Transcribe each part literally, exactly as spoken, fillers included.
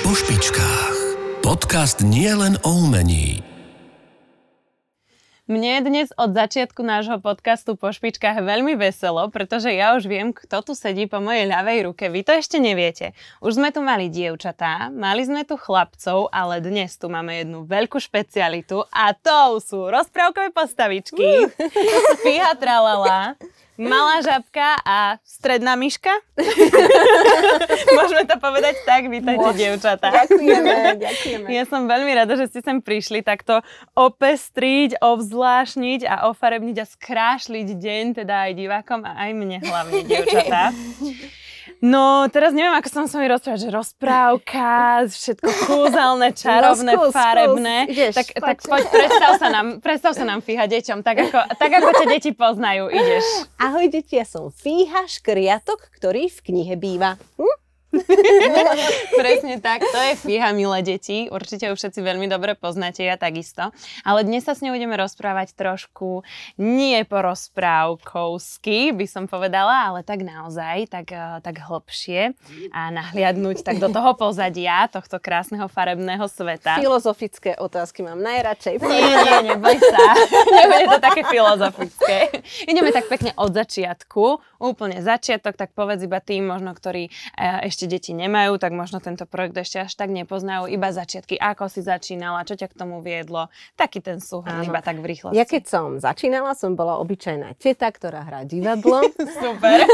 Po špičkách. Podcast nie len o umení. Mne je dnes od začiatku nášho podcastu Po špičkách veľmi veselo, pretože ja už viem, kto tu sedí po mojej ľavej ruke. Vy to ešte neviete. Už sme tu mali dievčatá, mali sme tu chlapcov, ale dnes tu máme jednu veľkú špecialitu a to sú rozprávkové postavičky. Fíha tralala, malá žabka a stredná myška. Môžeme to povedať tak, vítajte dievčatá. Ďakujeme, ďakujeme. Ja som veľmi rada, že ste sem prišli takto opestriť, ovzvlášniť a ofarebniť a skrášliť deň, teda aj divákom a aj mne hlavne, dievčatá. No, teraz neviem, ako som sa mi rozprávať, že rozprávka, všetko kúzelné, čarovné, no, skús, farebné. skús, ideš, tak, tak poď, predstav sa nám, predstav sa nám Fíha deťom, tak ako, tak ako ťa deti poznajú, ideš. Ahoj deti, ja som Fíha, škriatok, ktorý v knihe býva. Hm? Presne tak, to je Fíha, milé deti. Určite ju všetci veľmi dobre poznáte, ja takisto. Ale dnes sa s ňou budeme rozprávať trošku nie porozprávkovsky, by som povedala, ale tak naozaj, tak, tak hlbšie a nahliadnúť tak do toho pozadia, tohto krásneho farebného sveta. Filozofické otázky mám najradšej. Nie, nie, neboj sa. Nebude to také filozofické. Ideme tak pekne od začiatku, úplne začiatok, tak povedz iba tým možno, ktorí ešte deti nemajú, tak možno tento projekt ešte až tak nepoznajú. Iba začiatky, ako si začínala, čo ťa k tomu viedlo. Taký ten súhrn, iba tak v rýchlosti. Ja keď som začínala, som bola obyčajná teta, ktorá hrá divadlo. Super.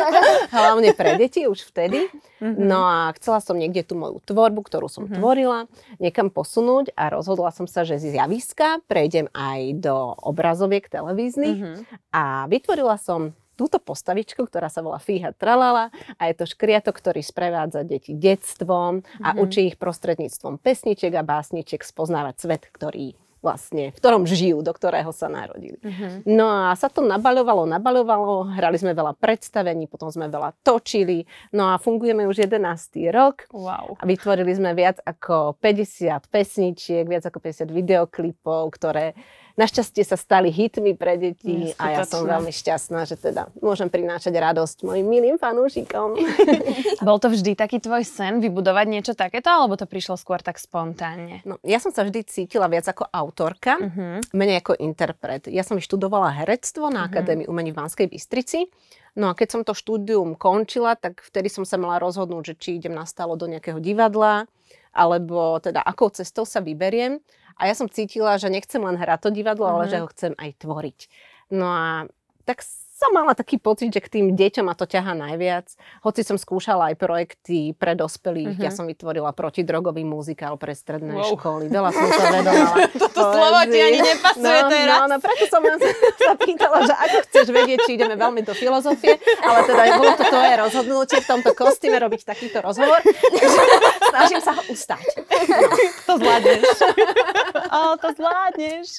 Hlavne pre deti už vtedy. Mm-hmm. No a chcela som niekde tú moju tvorbu, ktorú som mm-hmm. tvorila, niekam posunúť a rozhodla som sa, že z javiska prejdem aj do obrazoviek televíznych mm-hmm. a vytvorila som túto postavičku, ktorá sa volá Fíha tralala a je to škriatok, ktorý sprevádza deti detstvom a mm-hmm. učí ich prostredníctvom pesničiek a básničiek spoznávať svet, ktorý vlastne, v ktorom žijú, do ktorého sa narodili. Mm-hmm. No a sa to nabaľovalo, nabaľovalo, hrali sme veľa predstavení, potom sme veľa točili, no a fungujeme už jedenásty rok. Wow. A vytvorili sme viac ako päťdesiat pesničiek, viac ako päťdesiat videoklipov, ktoré našťastie sa stali hitmi pre deti a ja som veľmi šťastná, že teda môžem prinášať radosť mojim milým fanúšikom. Bol to vždy taký tvoj sen vybudovať niečo takéto, alebo to prišlo skôr tak spontánne? No, ja som sa vždy cítila viac ako autorka, uh-huh. menej ako interpret. Ja som študovala herectvo na uh-huh. Akadémii umení v Banskej Bystrici. No a keď som to štúdium končila, tak vtedy som sa mala rozhodnúť, že či idem nastálo do nejakého divadla, alebo teda akou cestou sa vyberiem. A ja som cítila, že nechcem len hrať to divadlo, mm-hmm. ale že ho chcem aj tvoriť. No a tak som mala taký pocit, že k tým deťom ma to ťahá najviac. Hoci som skúšala aj projekty pre dospelých. Mm-hmm. Ja som vytvorila protidrogový muzikál pre stredné wow. školy. Veľa som sa vedovala. Toto slovo ti ani nepasuje no, teraz. No, no, preto som sa pýtala, že ako chceš vedieť, či ideme veľmi do filozofie, ale teda bolo to tvoje rozhodnutie v tomto kostýme robiť takýto rozhovor. Snažím sa ho ustať. No. To zvládneš. O, to zvládneš.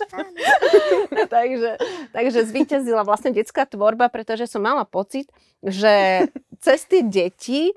No, takže, takže zvíťazila vlastne detská tvorba, pretože som mala pocit, že cez tie deti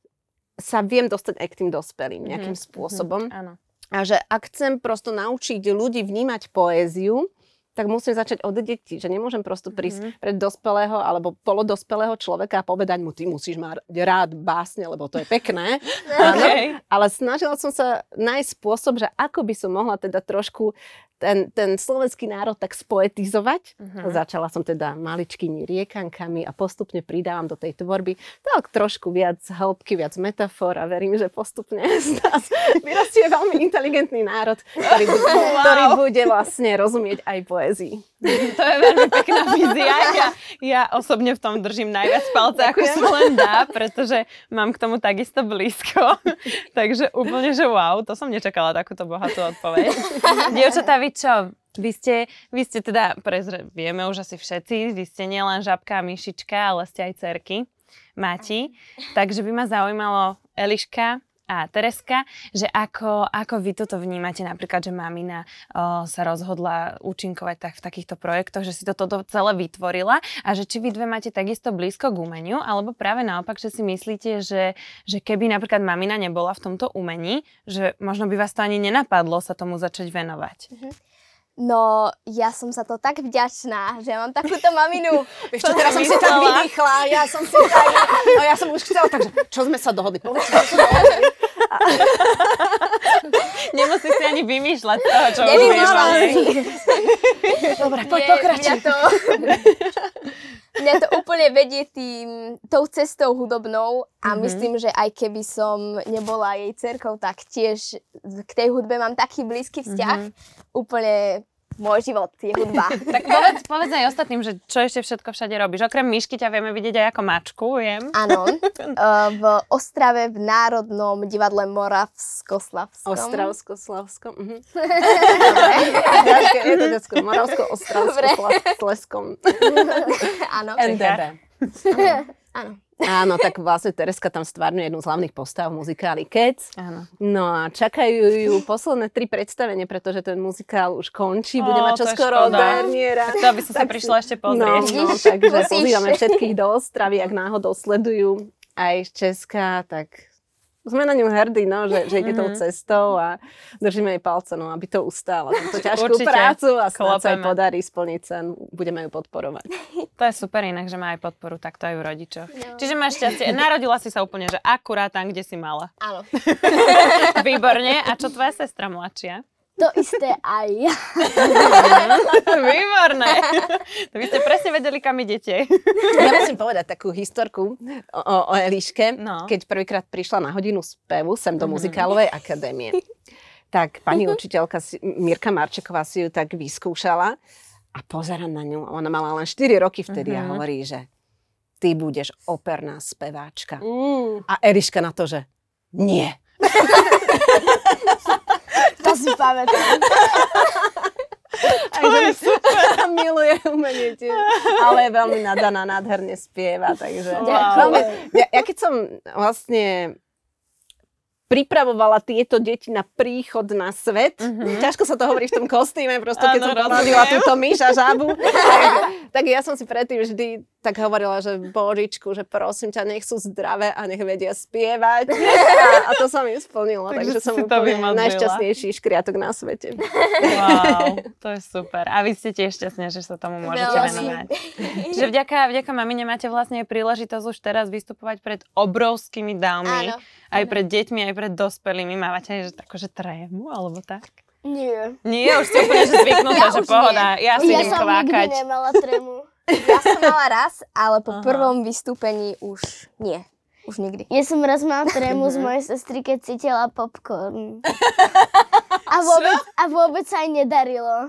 sa viem dostať aj k tým dospelým nejakým mm-hmm. spôsobom. Áno. A že ak chcem prosto naučiť ľudí vnímať poéziu, tak musím začať od detí, že nemôžem prosto prísť mm-hmm. pred dospelého alebo polodospelého človeka a povedať mu, ty musíš mať rád básne, lebo to je pekné. Okay. Ale snažila som sa nájsť spôsob, že ako by som mohla teda trošku ten, ten slovenský národ tak spoetizovať. Uh-huh. Začala som teda maličkými riekankami a postupne pridávam do tej tvorby tak trošku viac hĺbky, viac metafor a verím, že postupne z nás vyrastie veľmi inteligentný národ, ktorý, wow. ktorý bude vlastne rozumieť aj poézii. To je veľmi pekná vízia. Ja, ja osobne v tom držím najviac palce, ako sa len dá, pretože mám k tomu takisto blízko. Takže úplne, že wow, to som nečakala takúto bohatú odpoveď. Dievčatá, vy čo? Vy ste, vy ste teda, prezre, vieme už asi všetci, vy ste nielen žabka a myšička, ale ste aj dcerky, Máti. Takže by ma zaujímalo, Eliška a Tereska, že ako, ako vy toto vnímate, napríklad, že mamina o, sa rozhodla účinkovať tak v takýchto projektoch, že si toto celé vytvorila a že či vy dve máte takisto blízko k umeniu, alebo práve naopak, že si myslíte, že, že keby napríklad mamina nebola v tomto umení, že možno by vás to ani nenapadlo sa tomu začať venovať. Mhm. No, ja som za to tak vďačná, že mám takúto maminu. Vieš čo, teraz som si tak vydýchla, ja som si tak... No ja som už chcela, takže čo sme sa dohodli? Povedz, čo sme dohodli. Nemusí si ani vymýšľať z toho, čo už Nevymýšľam vieš. ale- Dobre, poď Nie, pokračuj. Mňa to, mňa to úplne vedie tým, tou cestou hudobnou a mm-hmm. myslím, že aj keby som nebola jej dcerkou, tak tiež k tej hudbe mám taký blízky vzťah. Mm-hmm. Úplne môj život je hudba. Tak povedz, povedz aj ostatným, že čo ešte všetko všade robíš. Okrem Myšky ťa vieme vidieť aj ako mačku, viem. Áno, uh, v Ostrave v Národnom divadle Moravskoslavskom. Ostravsko-Slavskom. Mhm. Dobre. Je to ďacko. Moravsko-Ostravsko-Sleskom. Áno. en dé bé. Áno. Áno, tak vlastne Tereska tam stvárňuje jednu z hlavných postav v muzikáli Cats. Áno. No a čakajú ju posledné tri predstavenie, pretože ten muzikál už končí. Bude Ó, mať to je čoskoro škoda. derniéra. To by som sa prišla ešte pozrieť. No, no, takže pozývame všetkých do Ostravy, ak náhodou sledujú aj z Česka, tak sme na ňu hrdí, no, že, že ide tou cestou a držíme jej palce, no, aby to ustála. Túto ťažkú Určite. prácu a snáď sa jej Klopeme. podarí splniť sen. Budeme ju podporovať. To je super inak, že má aj podporu takto aj v rodičoch. No. Čiže máš šťastie. Narodila si sa úplne, že akurát tam, kde si mala. Áno. Výborne. A čo tvoja sestra mladšia? To isté aj ja. Výborné. To by ste presne vedeli, kam idete. Ja musím povedať takú historku o, o, o Eliške, No. keď prvýkrát prišla na hodinu spevu sem do muzikálovej akadémie. Tak pani učiteľka si, Mirka Marčeková si ju tak vyskúšala a pozerám na ňu. Ona mala len štyri roky vtedy a hovorí, že ty budeš operná speváčka. Mm. A Eliška na to, že nie. To si pamätám. To je super. Miluje umenie tiež. Ale je veľmi nadaná, nádherne spieva. Takže Wow. veľmi, ja, ja keď som vlastne pripravovala tieto deti na príchod na svet. Mm-hmm. Ťažko sa to hovorí v tom kostýme, prosto keď Áno, som poradila rozumiem. túto myš a žabu. tak, tak ja som si predtým vždy tak hovorila, že Božičku, že prosím ťa, nech sú zdravé a nech vedia spievať. A, a to sa mi splnilo, Takže takže som si to úplne vymodlila. najšťastnejší škriatok na svete. Wow, to je super. A vy ste tiež šťastní, že sa tomu môžete Veľmi. venovať. Že vďaka, vďaka mamine máte vlastne príležitosť už teraz vystupovať pred obrovskými dávmi. Áno. Aj pred deťmi, aj pred dospelými. Mávate aj že akože trému, alebo tak? Nie. Nie, už ste úplne že zvyknutá, Ja že už pohoda. Ja si Ja idem som kvákať. nikdy nemala trému. Ja som mala raz, ale po Aha. prvom vystúpení už nie. Už nikdy. Ja som raz mala trému z mojej sestry, keď cítila popcorn. A vôbec, a vôbec sa aj nedarilo.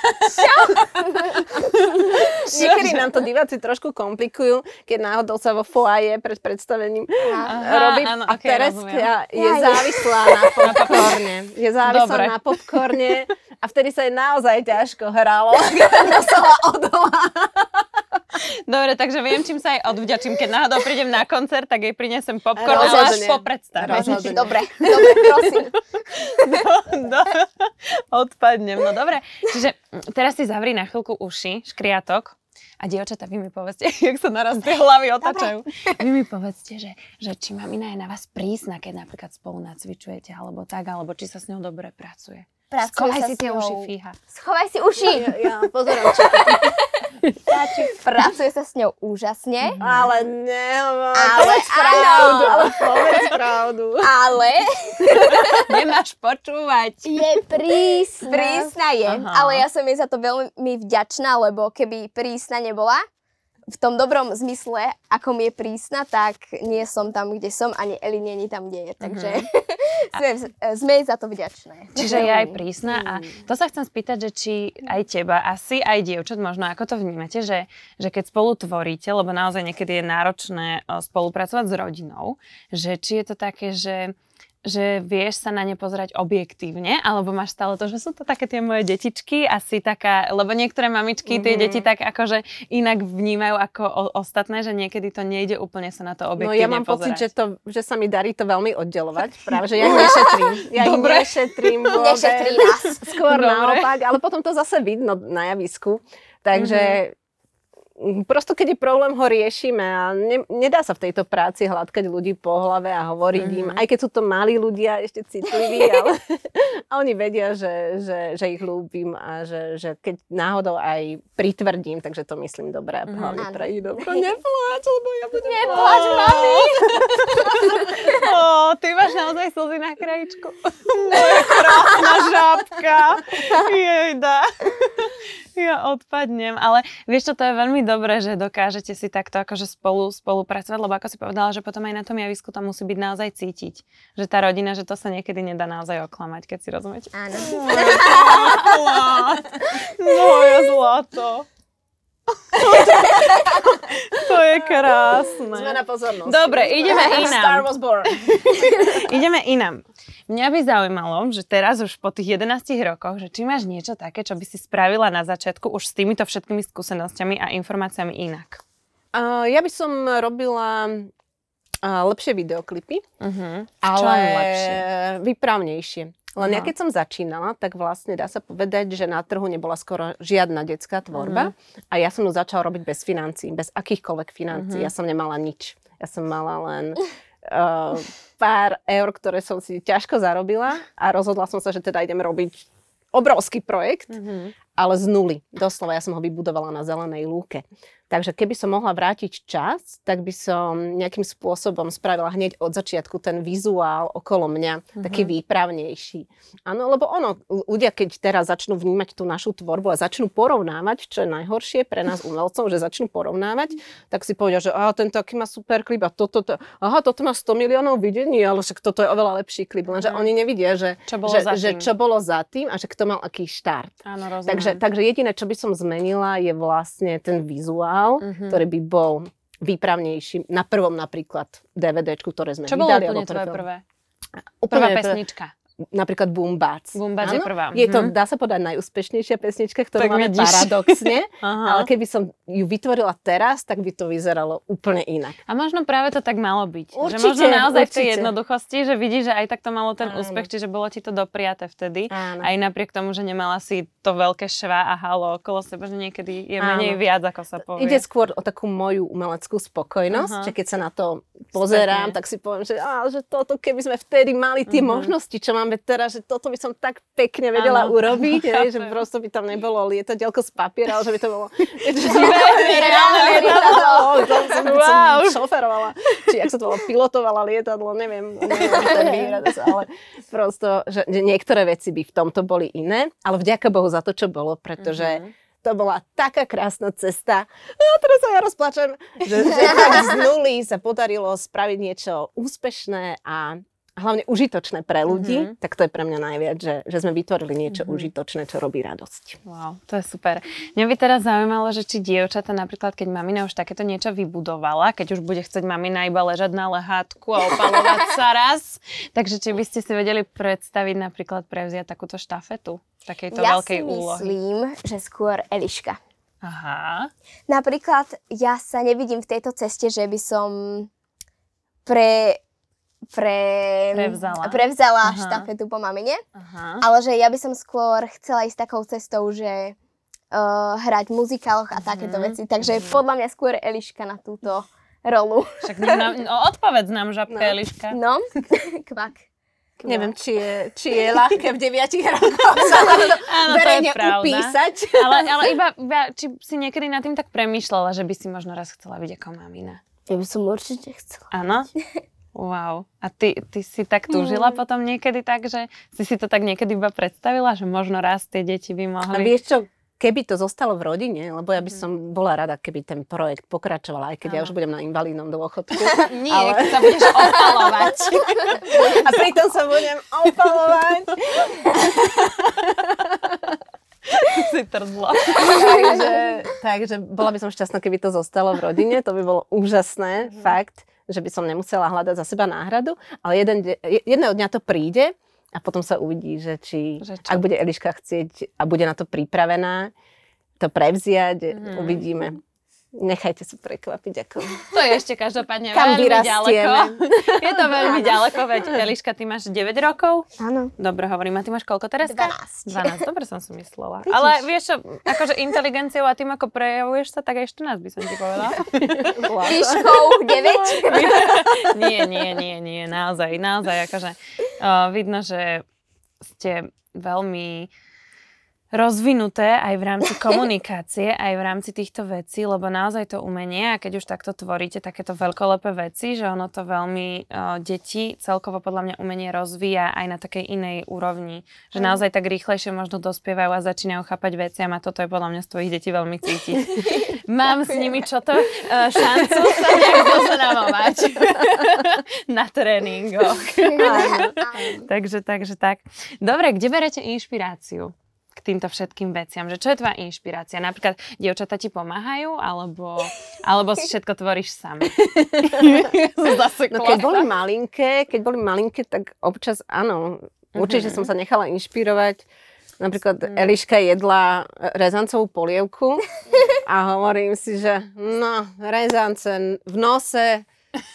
Niekedy nám to diváci trošku komplikujú, keď náhodou sa vo foaje pred predstavením Aha, robí. áno, A okej, Tereska je Ja, ja. závislá na popcorne. Je závislá Dobre. na popcorne a vtedy sa jej naozaj ťažko hralo. Musela odolať. Dobre, takže viem, čím sa aj odvďačím. Keď náhodou prídem na koncert, tak jej prinesem popcorn, ale až Rozhodne. po predstave. Rozhodne. Dobre, dobre, prosím. No, odpadnem. No dobre. Čiže mm, teraz si zavri na chvíľku uši, škriatok. A dievčatá, vy mi povedzte, jak sa naraz tie hlavy otáčajú. Vy mi povedzte, že, že či mamina je na vás prísna, keď napríklad spolu nacvičujete, alebo tak, alebo či sa s ňou dobre pracuje. Pracuje Skovaj sa si s tie ňou. uši, fíha. Schovaj si uši. Ja, ja pozerám, čo Pracuje sa s ňou úžasne, ale ne, Ale povedz pravdu, áno. ale povedz pravdu. ale Nemáš počúvať. Je prísna. prísna je. Aha. Ale ja som jej za to veľmi vďačná, lebo keby prísna nebola, v tom dobrom zmysle, ako mi je prísna, tak nie som tam, kde som, ani Eli nie je tam, kde je. Takže sme, sme jej za to vďačné. Čiže je aj prísna a to sa chcem spýtať, že či aj teba, asi aj dievčat, možno ako to vnímate, že, že keď spolu tvoríte, lebo naozaj niekedy je náročné o, spolupracovať s rodinou, že či je to také, že že vieš sa na ne pozerať objektívne, alebo máš stále to, že sú to také tie moje detičky, asi taká, lebo niektoré mamičky tie Mhm. deti tak akože inak vnímajú ako o, ostatné, že niekedy to nejde úplne sa na to No objektívne ja mám pozerať. pocit, že, to, že sa mi darí to veľmi oddelovať. Práve, že ja ich nešetrím. Ja ich Dobre. nešetrím vôbec. Nešetrí nás. Skôr Dobre. naopak, ale potom to zase vidno na javisku. Takže prosto keď je problém, ho riešime a ne, nedá sa v tejto práci hladkať ľudí po hlave a hovoriť mm-hmm. im, aj keď sú to malí ľudia, ešte citliví, ale a oni vedia, že, že, že ich ľúbim a že, že keď náhodou aj pritvrdím, takže to myslím dobre a hlavne pre ich dobro. Nepláč, lebo ja budem Nepláč, mami! Ó, ty máš naozaj slzy na krajičku. Moja krásna žábka. Jejda. Ja odpadnem, ale vieš čo, to je veľmi dobré, že dokážete si takto akože spolu, spolupracovať, lebo ako si povedala, že potom aj na tom javisku to musí byť naozaj cítiť. Že tá rodina, že to sa niekedy nedá naozaj oklamať, keď si rozumiete. Áno. Moje zlato. To je krásne. Zmena pozornosti. Dobre, ideme inám. Star was born. Ideme inám. Mňa by zaujímalo, že teraz už po tých jedenástich rokoch, že či máš niečo také, čo by si spravila na začiatku už s týmito všetkými skúsenosťami a informáciami inak. Uh, ja by som robila uh, lepšie videoklipy, Uh-huh. ale Čo je lepšie? vypravnejšie. Len Aha. ja keď som začínala, tak vlastne dá sa povedať, že na trhu nebola skoro žiadna detská tvorba uh-huh. a ja som ju začala robiť bez financií, bez akýchkoľvek financií. Uh-huh. Ja som nemala nič. Ja som mala len uh, pár eur, ktoré som si ťažko zarobila a rozhodla som sa, že teda idem robiť obrovský projekt, uh-huh. ale z nuly. Doslova, ja som ho vybudovala na zelenej lúke. Takže keby som mohla vrátiť čas, tak by som nejakým spôsobom spravila hneď od začiatku ten vizuál okolo mňa, uh-huh. taký výpravnejší. Áno, lebo ono, ľudia, keď teraz začnú vnímať tú našu tvorbu a začnú porovnávať, čo je najhoršie pre nás umelcov, že začnú porovnávať, tak si povedia, že aha, tento aký má super klip a toto, to, aha, toto má sto miliónov videní, ale však toto je oveľa lepší klip. Lenže uh-huh. oni nevidia, že čo bolo, že, za že čo bolo za tým a že kto mal aký štart. Áno, rozumiem. Takže, takže jediné, čo by som zmenila, je vlastne ten vizuál, uh-huh. ktorý by bol výpravnejší. Na prvom napríklad DVDčku, ktoré sme čo vydali. Čo bolo úplne tvoje prvé? Úplne Prvá prvé, pesnička. Napríklad Boom Bats. Boom Bats je prvá. Je to, Mhm. dá sa povedať, najúspešnejšia pesnička, ktorú Tak máme vidíš. paradoxne. Aha. Ale keby som ju vytvorila teraz, tak by to vyzeralo úplne inak. A možno práve to tak malo byť. Určite, že možno naozaj v tej určite. jednoduchosti, že vidíš, že aj tak to malo ten Áno. úspech, čiže bolo ti to dopriaté vtedy. Áno. Aj napriek tomu, že nemala si to veľké šva a halo okolo seba, že niekedy je menej Áno. viac, ako sa povie. Ide skôr o takú moju umeleckú spokojnosť, Aha. že keď sa na to pozerám, Spätne. tak si poviem, že, á, že toto, keby sme vtedy mali tie Mhm. možnosti, čo máme teraz, že toto by som tak pekne vedela Áno. urobiť, hej, že Chápem. prosto by tam nebolo lietadielko z papiera, ale že by to bolo reálne lietadlo. To som, Wow. som šoferovala, či ak sa to volá, pilotovala lietadlo, neviem, neviem ten výraz, ale prosto, že, že niektoré veci by v tomto boli iné, ale vďaka Bohu za to, čo bolo, pretože Mhm. to bola taká krásna cesta. A teraz sa ja rozplačem, že, že tak z nuly sa podarilo spraviť niečo úspešné a hlavne užitočné pre ľudí, Mhm. tak to je pre mňa najviac, že, že sme vytvorili niečo Mhm. užitočné, čo robí radosť. Wow, to je super. Mňa by teraz zaujímalo, že či dievčatá napríklad, keď mamina už takéto niečo vybudovala, keď už bude chcieť mamina iba ležať na lehátku a opalovať sa raz, takže či by ste si vedeli predstaviť napríklad prevziať takúto štafetu takejto Ja veľkej si úlohy. myslím, že skôr Eliška. Aha. Napríklad ja sa nevidím v tejto ceste, že by som pre, pre, Prevzala. prevzala Aha. štafetu po mamine, Aha. ale že ja by som skôr chcela ísť takou cestou, že uh, hrať v muzikáloch a takéto Mhm. veci. Takže podľa mňa skôr Eliška na túto rolu. Však nám, no, odpovedz nám, žabka No. Eliška. No, kvak. Neviem, či je, či je ľahké v deviatich rokoch sa na to Áno, to je verejne pravda. upísať. Ale, ale iba, iba, či si niekedy nad tým tak premýšľala, že by si možno raz chcela byť ako mamina. Ja by som určite chcela. Áno? Wow. A ty, ty si tak túžila potom niekedy tak, že si si to tak niekedy iba predstavila, že možno raz tie deti by A mohli... vieš čo, keby to zostalo v rodine, lebo ja by som bola rada, keby ten projekt pokračoval, aj keď ja Áno. už budem na invalidnom dôchodku. Nie, ale- keď sa budeš opalovať. A pritom sa budem opalovať. si trzla. takže, takže bola by som šťastná, keby to zostalo v rodine. To by bolo úžasné, fakt, že by som nemusela hľadať za seba náhradu. Ale jeden, de- jedného dňa to príde a potom sa uvidí, že či, Že čo? ak bude Eliška chcieť a bude na to pripravená, to prevziať, Mhm. uvidíme. Nechajte sa prekvapiť, ako... To je ešte každopádne Kam veľmi ďaleko. vyrastieme. Je to veľmi ďaleko, veď Eliška, ty máš deväť rokov? Áno. Dobre hovorím, a ty máš koľko, Tereska? dvanásť. dvanásť, dobre som si myslela. Ale vieš čo, akože inteligenciou a tým, ako prejavuješ sa, tak aj štrnásť by som ti povedala. Výškou deväť. nie, nie, nie, nie, naozaj, naozaj, akože uh, vidno, že ste veľmi rozvinuté aj v rámci komunikácie, aj v rámci týchto vecí, lebo naozaj to umenie, a keď už takto tvoríte takéto veľkolepé veci, že ono to veľmi uh, deti celkovo podľa mňa umenie rozvíja aj na takej inej úrovni, že naozaj tak rýchlejšie možno dospievajú a začínajú chápať veciam a toto je podľa mňa z tvojich detí veľmi cítiť. Mám s nimi čo to uh, šancu sa nejak zoznamovať na tréningoch. takže, takže tak. Dobre, kde berete inšpiráciu k týmto všetkým veciam? Že čo je tvoja inšpirácia? Napríklad, dievčatá ti pomáhajú, alebo, alebo si všetko tvoríš sama? No keď boli malinké, keď boli malinké, tak občas áno, určite som sa nechala inšpirovať. Napríklad Eliška jedla rezancovú polievku a hovorím si, že no, rezance v nose,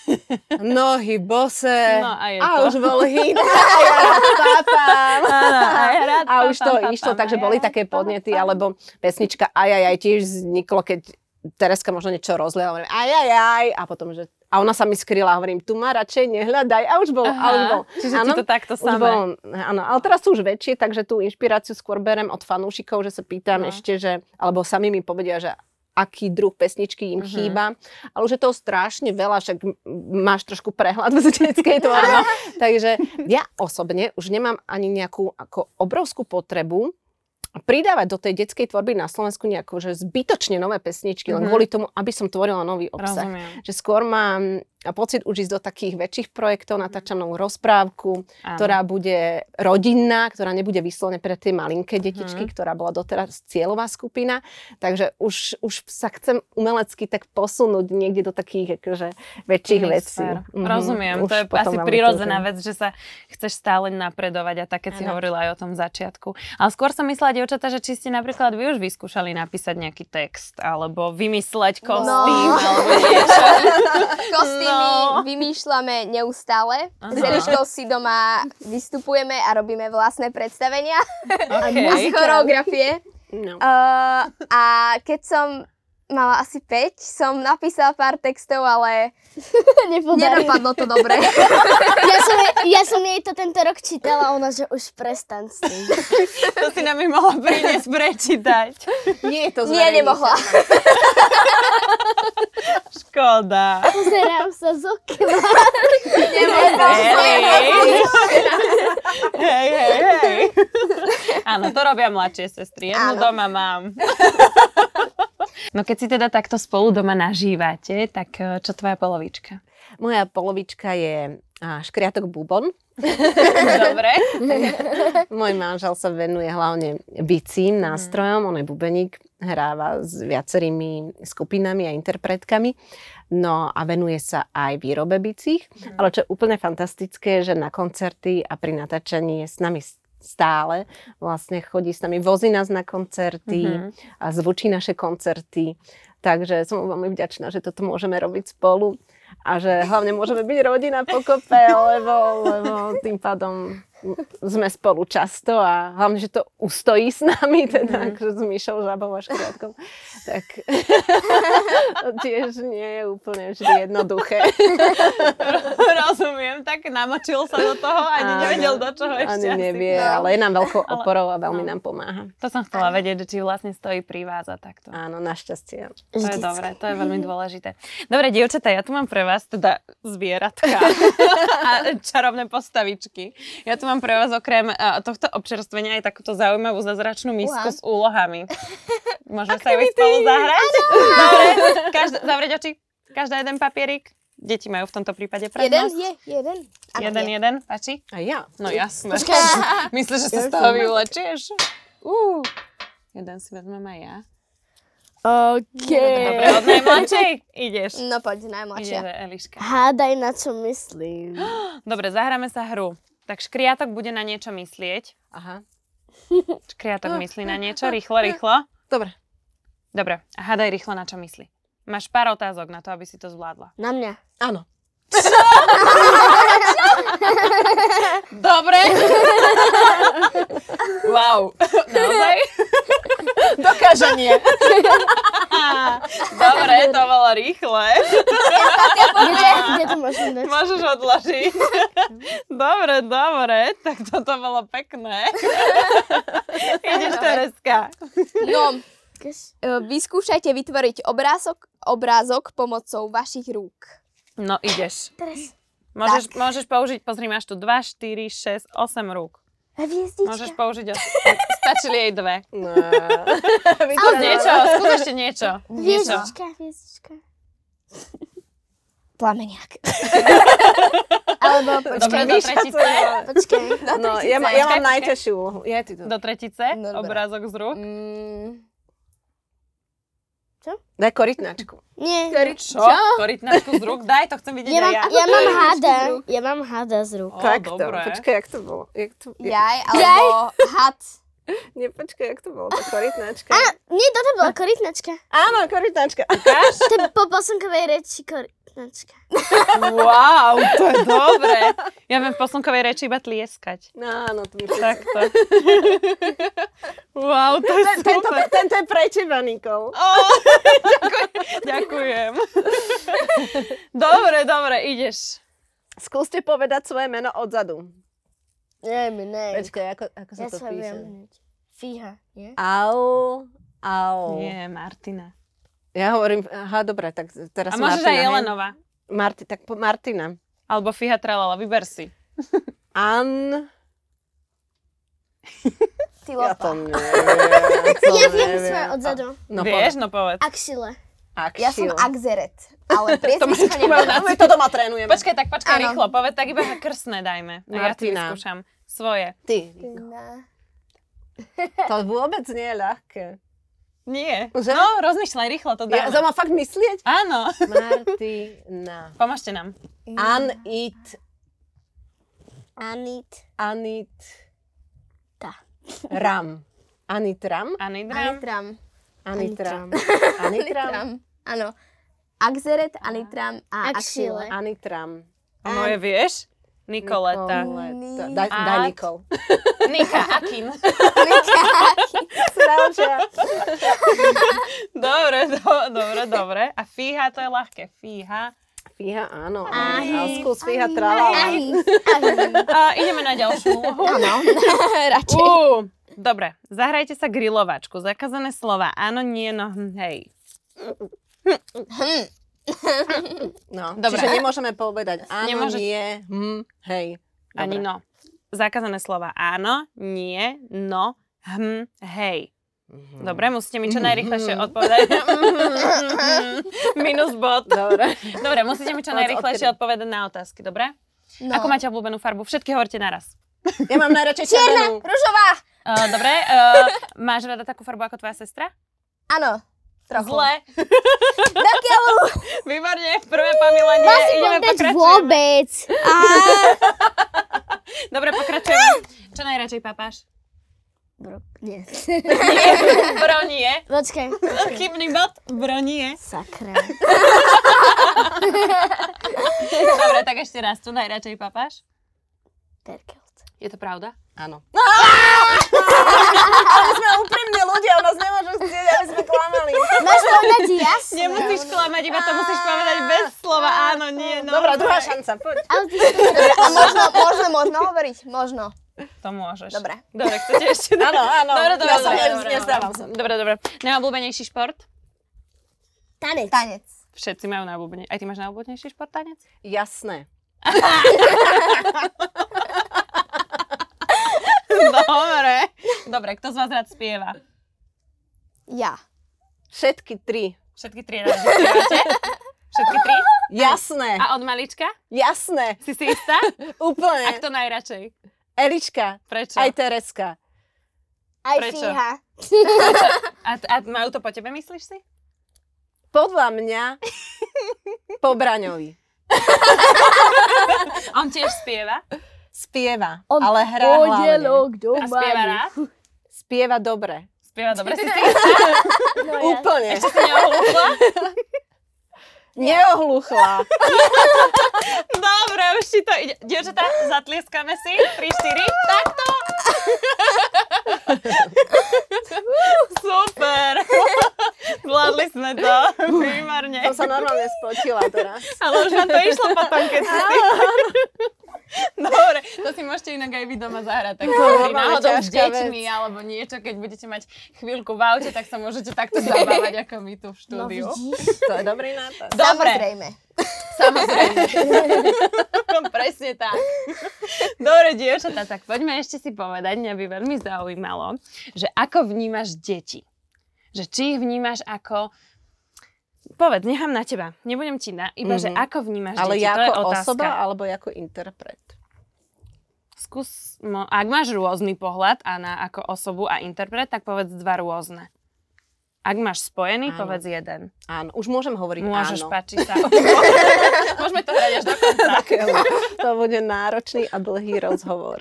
nohy bose No, a je a to. už bol hit. A ja pápam. Áno, aj rád A už to pápam, išlo, pápam, takže aj boli rád také podnety, alebo pesnička Ajajaj tiež vzniklo, keď Tereska možno niečo rozliela, hovorím ajajaj a potom, že a ona sa mi skryla, hovorím, tu ma radšej nehľadaj a už bol, a už bol. Čiže Áno, ti to takto už samé. bol, áno, ale teraz sú už väčšie, takže tú inšpiráciu skôr berem od fanúšikov, že sa pýtam No. ešte, že, alebo sami mi povedia, že aký druh pesničky im Mhm. chýba. Ale už je toho strašne veľa, však m- máš trošku prehľad v detskej tvorbe. Takže ja osobne už nemám ani nejakú ako obrovskú potrebu pridávať do tej detskej tvorby na Slovensku nejakú, že zbytočne nové pesničky, len Mhm. kvôli tomu, aby som tvorila nový obsah. Rozumiem. Že skôr mám pocit už ísť do takých väčších projektov, natáčanú rozprávku, Áno. ktorá bude rodinná, ktorá nebude vyslovene pre tie malinké detičky, Mhm. ktorá bola doteraz cieľová skupina. Takže už, už sa chcem umelecky tak posunúť niekde do takých akože väčších Iných vecí. sfér. Mhm. Rozumiem, Už to je potom asi veľmi prirodzená túžim. vec, že sa chceš stále napredovať a tak, keď si Áno. hovorila aj o tom začiatku. Ale skôr som myslela, dievčatá, že či ste napríklad vy už vyskúšali napísať nejaký text, alebo vymysleť kostým, No. alebo niečo. Kostýmy No. vymýšľame neustále. Aha. S Eliškou si doma vystupujeme a robíme vlastné predstavenia a Okay. choreografie. No. Uh, a keď som mala asi päť, som napísala pár textov, ale Nepodarilo. nedopadlo to dobre. Ja som, jej, ja som jej to tento rok čítala a ona, že už prestan s tým. To si nám ich mohla priniesť prečítať. Nie je to Nie, nemohla. Škoda. Pozerám sa z okna. Hej, hej, hej, hej. Áno, to robia mladšie sestry. Jednu Áno. doma mám. No keď si teda takto spolu doma nažívate, tak eh, čo tvoja polovička? Moja polovička je á, škriatok Bubon. Dobre. Môj manžel sa venuje hlavne bicím nástrojom, on je bubeník, hráva s viacerými skupinami a interpretkami, no a venuje sa aj výrobe bicích, ale čo je úplne fantastické, že na koncerty a pri natáčaní je s nami stále, vlastne chodí s nami, vozí nás na koncerty Mhm. a zvučí naše koncerty, takže som mu veľmi vďačná, že toto môžeme robiť spolu. A že hlavne môžeme byť rodina pokope, lebo, lebo tým pádom sme spolu často a hlavne, že to ustojí s nami, teda mm. s Myšou, Žabou a Škriatkom. Tak to tiež nie je úplne vždy jednoduché. Rozumiem, tak namočil sa do toho, ani Áno. nevedel do čoho ešte Ani asi. nevie, No. ale je nám veľkou Ale- oporou a veľmi no. nám pomáha. To som chcela vedieť, že či vlastne stojí pri vás a takto. Áno, našťastie. To je dobré, to je veľmi dôležité. Dobre, dievčatá, ja tu mám pre vás teda zvieratka a čarovné postavičky. Ja tu mám pre vás okrem uh, tohto občerstvenia aj takúto zaujímavú zázračnú misku Uha. s úlohami. Môžeme sa ju spolu zahrať? Dobre, každá, zavrieť oči, každá jeden papierik. Deti majú v tomto prípade Jeden prednosť. je, jeden. Áno, Jeden, je. jeden, páči? A ja. No jasné. Myslíš, že sa z toho vyvlečieš? Uh, jeden si vezmem aj ja. OK. Dobre, od najmladšej ideš. No poď, Ide najmladšia. Eliška. Hádaj, na čo myslím. Dobre, zahráme sa hru. Tak škriatok bude na niečo myslieť. Aha. Škriatok myslí na niečo. Rýchlo, rýchlo. Dobre. Dobre, a hádaj rýchlo, na čo myslí. Máš pár otázok na to, aby si to zvládla. Na mňa. Áno. Dobre. Wow. Naozaj? Dokáže nie. Dobre, to bolo rýchle. Kde, kde to môžem dať? Môžeš odložiť. Dobre, dobre. Tak toto bolo pekné. Ideš, Tereska. No, Kes. e, vyskúšajte vytvoriť obrázok, obrázok pomocou vašich rúk. No, ideš. Teraz. Môžeš, môžeš použiť, pozri, máš tu dva, štyri, šesť, osem rúk. Hviezdička. Môžeš použiť os- Stačili jej dve. No. Skús niečo, skús ešte niečo. Niečo. Hviezdička, hviezdička. Plameniak. Alebo Dobre, počkaj, do tretice. počkaj. No, ja, ma, ja mám Počkaj, najťažšiu úlohu. Je ty to. Do tretice, No, dobre. obrázok z rúk. Mm, Daj korytnačku. Nie. Čo? Korytnačku z rúk? Daj, to chcem vidieť Ja aj mám, ja. ja mám hada. Ja mám hada z rúk. Ó, Takto. dobre. Počkaj, jak to bolo? Jak to, jak, jaj, alebo had. nie, počkaj, jak to bolo? Tá korytnačka. Á, nie, toto bola korytnačka. Áno, korytnačka. To je po posunkovej reči korytnačka. Wow, to je dobre. Ja viem v poslnkovej reči iba tlieskať. No, áno, to mi to... Takto. Wow, to je Ten- Tento, super. tento je pre teba, Nikol. Oh, ďakujem. ďakujem. Dobre, dobre, ideš. Skúste povedať svoje meno odzadu. Nie, mi ne. Počkaj, ako, ako sa Ja to sa píše? viem hneď. Fíha, nie? Au, au. Nie, Martina. Ja hovorím, aha, dobre, tak teraz A môžeš Martina. aj hej? Jelenová. Marti, tak po, Martina. Alebo Fíha Tralala, vyber si. An... Ty Ja lopa. to neviem. to Ja viem neviem. svoje odzadu. No, Vieš, no povedz. Axile. Ja som Axeret, ale To priezvisko máš- neviem. My to doma trénujeme. Počkaj, tak počkaj, Áno. rýchlo, povedz tak iba krstné dajme. A ja ti Martina. vyskúšam svoje. Ty. Na. To vôbec nie je ľahké. Nie. Že? No, rozmýšľaj rýchlo, to Ja dáme. to mám fakt myslieť? Áno. Martina. Pomôžte nám. An, it, Anit. anit, Ta. ram. Anitram? Anidram. Anitram. Anitram. Anitram? Anitram. Áno. Axeret, Anitram a Axile. Axile. Anitram. A moje vieš? Nikoleta. Nikoleta. Daj, A- daj Nikol. Nika, Akin. Sravčia. Dobre, do, dobre, dobre. A fíha, to je ľahké. Fíha. Fíha, áno. Ahy. A skús fíha tralala. A ideme na ďalšiu úlohu. Áno, radšej. Uh, dobre, zahrajte sa grilovačku. Zakázané slova. Áno, nie, no, hm, hej. No, Dobre. čiže nemôžeme povedať áno, Nemôže- nie, hm, hej. Ani Dobre. no. Zakázané slova. Áno, nie, no, hm, hej. Dobre, musíte mi čo najrýchlejšie odpovedať. Minus bod. Dobre. Dobre, musíte mi čo Od- najrýchlejšie odkedy? odpovedať na otázky, dobre? No. Ako máte obľúbenú farbu? Všetky hovorte naraz. Ja mám najradšej červenú. Ružová. Uh, dobre, uh, máš rada takú farbu ako tvoja sestra? Áno. Trochu. Zle. Do keľu. Výborne, prvé pomilenie. Má si Ideme povedať pokračujeme. vôbec. Dobre, pokračujeme. Čo najradšej papáš? Bro, nie. Bronie. Počkaj. Chybný bod. Bronie. Sakra. Dobre, tak ešte raz. Čo najradšej papáš? Perkelt. Je to pravda? Áno. Ale sme úprimní ľudia, u nás nemôžu chcieť, aby sme klamali. Máš povedať jasné. Nemusíš klamať, iba to musíš povedať bez slova. Áno, nie, no. Dobrá, druhá šanca, poď. Ale ty si to A možno, možno, možno hovoriť. Možno. To môžeš. Dobre. Dobre, chcete ešte? Áno, áno. Dobre, dobre, Ja som dobre, ne- dobre, nezdávam dobre. sa. Dobre, dobre. Najobľúbenejší šport? Tanec. Tanec. Všetci majú najobľúbenejší. Aj ty máš najobľúbenejší šport, tanec? Jasné. Dobre. Dobre, kto z vás rád spieva? Ja. Všetky tri. Všetky tri rádi spievate? Všetky tri? Jasné. A od malička? Jasné. Si si istá? A Úplne. kto najradšej? Eliška. Prečo? Aj Tereska. Aj Prečo? fíha. A, a majú to po tebe, myslíš si? Podľa mňa po Braňovi. On tiež spieva? Spieva, On ale hrá hlavne. pondelok A spieva doma. rád? Spieva dobre. Spieva dobre, si si istá? No, ja. Úplne. Ešte si neohlúpla? Neohluchla. Dobre, už ti to ide. Dievčatá, zatlieskame si. tri, štyri. Takto. Super. Zvládli sme to. Výborne. Som sa normálne spotila teraz. Ale už nám to išlo potom, keď si si... Dobre, to si môžete inak aj vy doma zahrať. Tak pri náhodou s deťmi vec. Alebo niečo, keď budete mať chvíľku v aute, tak sa môžete takto zabávať, ako my tu v štúdiu. No, to je dobrý nápad. Dobre. Samozrejme. Samozrejme. Presne tak. Dobre, dievčatá, tak poďme ešte si povedať, mňa by veľmi zaujímalo, že ako vnímaš deti. Že či ich vnímaš ako... Povedz, nechám na teba. Nebudem ti na... Iba, mm-hmm. že ako vnímaš ale deti, to je otázka. Ale ako osoba, alebo ako interpret? Skús, mo... ak máš rôzny pohľad a na ako osobu a interpret, tak povedz dva rôzne. Ak máš spojený, áno. Povedz jeden. Áno, už môžem hovoriť Môžeš, áno. Môžeš, páči sa. Môžeme to hrať až do konca. To bude náročný a dlhý rozhovor.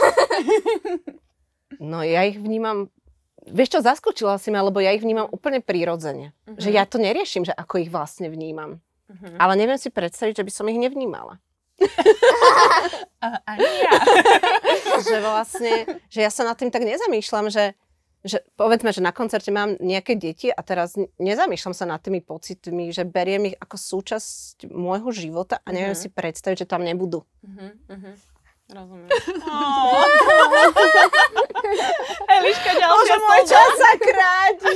No ja ich vnímam... Vieš čo, zaskočila si ma, lebo ja ich vnímam úplne prirodzene. Uh-huh. Že ja to neriešim, že ako ich vlastne vnímam. Uh-huh. Ale neviem si predstaviť, že by som ich nevnímala. uh, ani ja. Že vlastne, že ja sa nad tým tak nezamýšľam, že, že povedzme, že na koncerte mám nejaké deti a teraz nezamýšľam sa nad tými pocitmi, že beriem ich ako súčasť môjho života a neviem uh-huh. si predstaviť, že tam nebudú. Uh-huh. Uh-huh. Rozumiem. Oh. Eliška, ďalšia Bože, môj čas sa kráti.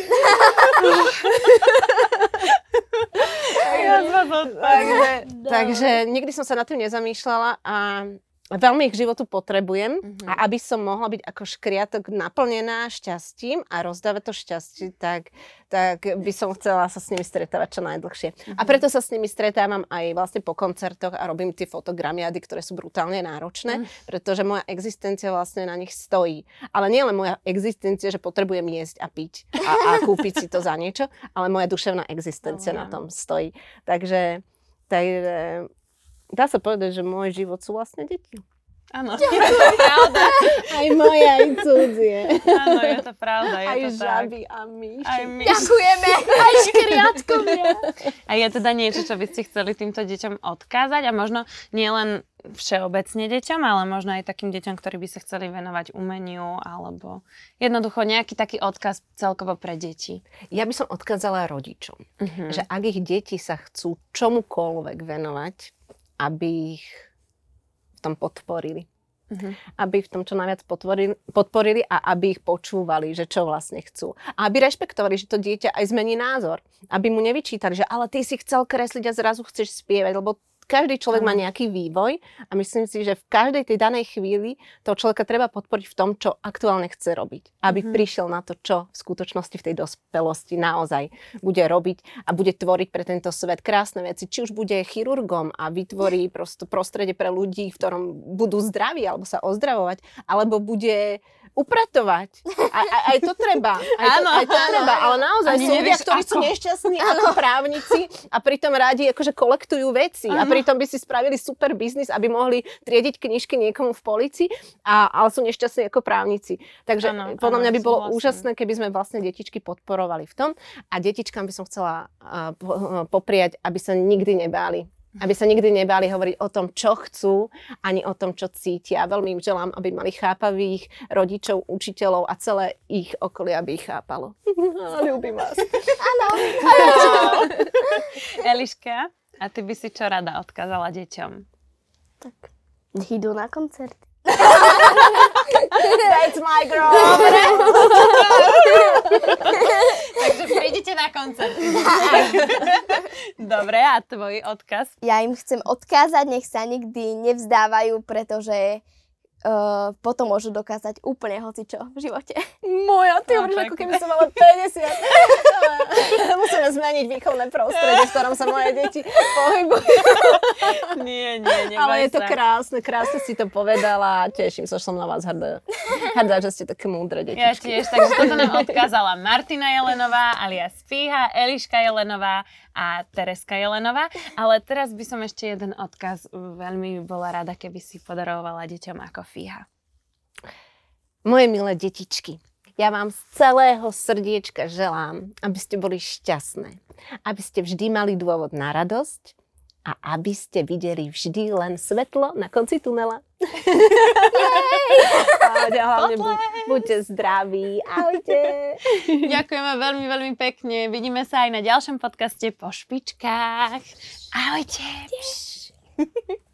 takže, takže nikdy som sa nad tým nezamýšľala a veľmi ich k životu potrebujem mm-hmm. a aby som mohla byť ako škriatok naplnená šťastím a rozdávať to šťastie, tak, tak by som chcela sa s nimi stretávať čo najdlhšie. Mm-hmm. A preto sa s nimi stretávam aj vlastne po koncertoch a robím tie fotogramiady, ktoré sú brutálne náročné, mm-hmm. pretože moja existencia vlastne na nich stojí. Ale nie len moja existencia, že potrebujem jesť a piť a, a kúpiť si to za niečo, ale moja duševná existencia oh, na tom stojí. Takže... takže dá sa povedať, že môj život sú vlastne deti. Áno, je to pravda. Aj moje, aj cudzie. Áno, je to pravda, je aj to žaby tak. a myši. Aj myši. Ďakujeme. Aj škriatkovia. A je teda niečo, čo by ste chceli týmto deťom odkázať? A možno nielen všeobecne deťom, ale možno aj takým deťom, ktorí by sa chceli venovať umeniu, alebo jednoducho nejaký taký odkaz celkovo pre deti. Ja by som odkázala rodičom, uh-huh. že ak ich deti sa chcú čomukoľvek venovať, aby ich v tom podporili. Uh-huh. Aby v tom čo najviac podporili, podporili a aby ich počúvali, že čo vlastne chcú. A aby rešpektovali, že to dieťa aj zmení názor. Aby mu nevyčítali, že ale ty si chcel kresliť a zrazu chceš spievať, lebo každý človek má nejaký vývoj a myslím si, že v každej tej danej chvíli toho človeka treba podporiť v tom, čo aktuálne chce robiť. Aby mm-hmm. prišiel na to, čo v skutočnosti v tej dospelosti naozaj bude robiť a bude tvoriť pre tento svet krásne veci. Či už bude chirurgom a vytvorí prosto prostredie pre ľudí, v ktorom budú zdraví alebo sa ozdravovať, alebo bude upratovať. Aj, aj, aj to treba. Aj to, áno, aj to áno, treba. Ale naozaj sú ľudia, ktorí ako. sú nešťastní ako právnici a pritom rádi akože kolektujú veci. Áno. A pritom by si spravili super biznis, aby mohli triediť knižky niekomu v polícii, a, ale sú nešťastní ako právnici. Takže áno, podľa áno, mňa by bolo súhlasím. Úžasné, keby sme vlastne detičky podporovali v tom. A detičkám by som chcela uh, popriať, aby sa nikdy nebáli. Aby sa nikdy nebáli hovoriť o tom, čo chcú, ani o tom, čo cítia. Veľmi im želám, aby mali chápavých rodičov, učiteľov a celé ich okolie, aby ich chápalo. Ľúbim vás. Áno. Eliška, a ty by si čo rada odkázala deťom? Tak, idú na koncerty. That's my girl. Dobre. Takže prídite na koncert. Dobre, a tvoj odkaz? Ja im chcem odkázať, nech sa nikdy nevzdávajú, pretože uh, potom môžu dokázať úplne hocičo v živote. Moja, ty hovoríš, ako keby som mala päťdesiat. Musíme zmeniť výchovné prostredie, v ktorom sa moje deti pohybujú. Nie, nie, neboj Ale je to sa. krásne, krásne si to povedala a teším sa, že som na vás hrdá. Hrdá, že ste také múdre detičky. Ja tiež, takže toto nám odkázala Martina Jelenová alias Fíha, Eliška Jelenová a Tereska Jelenová. Ale teraz by som ešte jeden odkaz veľmi bola rada, keby si podarovala deťom ako Fíha. Moje milé detičky, Ja vám z celého srdiečka želám, aby ste boli šťastné, aby ste vždy mali dôvod na radosť a aby ste videli vždy len svetlo na konci tunela. A hlavne bu- buďte zdraví. Ahojte. Ďakujeme veľmi, veľmi pekne. Vidíme sa aj na ďalšom podcaste Po špičkách. Ahojte.